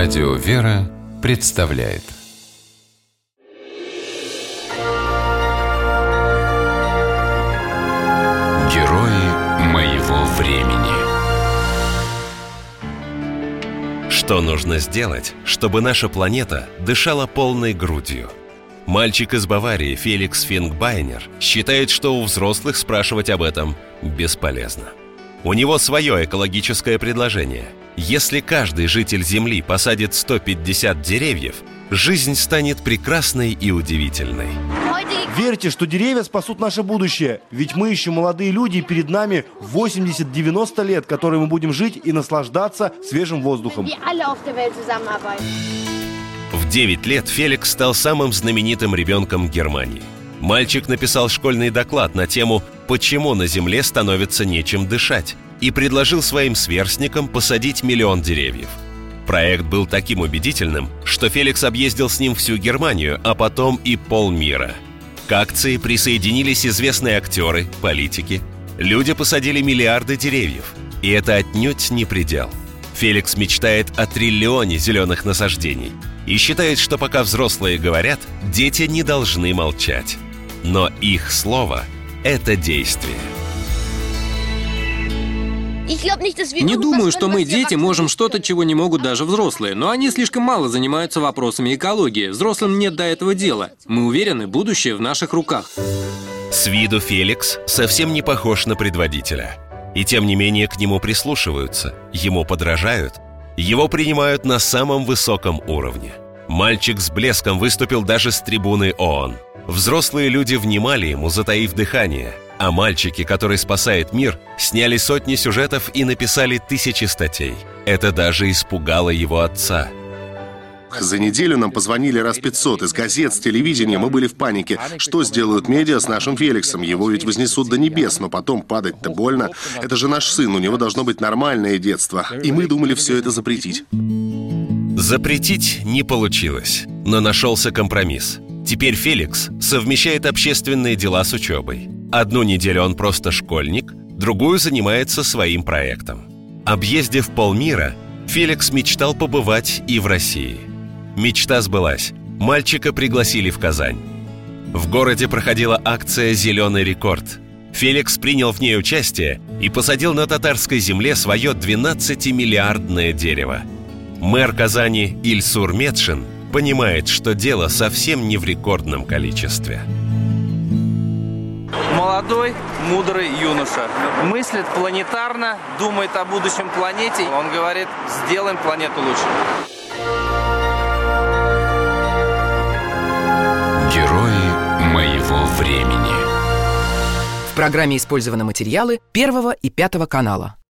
Радио «Вера» представляет. Герои моего времени. Что нужно сделать, чтобы наша планета дышала полной грудью? Мальчик из Баварии Феликс Фингбайнер считает, что у взрослых спрашивать об этом бесполезно. У него свое экологическое предложение. Если каждый житель Земли посадит 150 деревьев, жизнь станет прекрасной и удивительной. Верьте, что деревья спасут наше будущее. Ведь мы еще молодые люди, и перед нами 80-90 лет, которые мы будем жить и наслаждаться свежим воздухом. В 9 лет Феликс стал самым знаменитым ребенком Германии. Мальчик написал школьный доклад на тему «Почему на Земле становится нечем дышать?» и предложил своим сверстникам посадить 1 000 000 деревьев. Проект был таким убедительным, что Феликс объездил с ним всю Германию, а потом и полмира. К акции присоединились известные актеры, политики. Люди посадили миллиарды деревьев. И это отнюдь не предел. Феликс мечтает о триллионе зеленых насаждений и считает, что пока взрослые говорят, дети не должны молчать. Но их слово – это действие. Не думаю, что мы, дети, можем что-то, чего не могут даже взрослые, но они слишком мало занимаются вопросами экологии. Взрослым нет до этого дела. Мы уверены, будущее в наших руках. С виду Феликс совсем не похож на предводителя. И тем не менее к нему прислушиваются, ему подражают, его принимают на самом высоком уровне. Мальчик с блеском выступил даже с трибуны ООН. Взрослые люди внимали ему, затаив дыхание, а мальчики, который спасает мир, сняли сотни сюжетов и написали тысячи статей. Это даже испугало его отца. За неделю нам позвонили раз 500 из газет, с телевидения. Мы были в панике. Что сделают медиа с нашим Феликсом? Его ведь вознесут до небес, но потом падать-то больно. Это же наш сын, у него должно быть нормальное детство. И мы думали все это запретить. Запретить не получилось, но нашелся компромисс. Теперь Феликс совмещает общественные дела с учебой. 1 неделю он просто школьник, другую занимается своим проектом. Объездив полмира, Феликс мечтал побывать и в России. Мечта сбылась. Мальчика пригласили в Казань. В городе проходила акция «Зеленый рекорд». Феликс принял в ней участие и посадил на татарской земле свое 12-миллиардное дерево. Мэр Казани Ильсур Метшин понимает, что дело совсем не в рекордном количестве. Молодой, мудрый юноша. Мыслит планетарно, думает о будущем планете. Он говорит, сделаем планету лучше. Герои моего времени. В программе использованы материалы Первого и Пятого канала.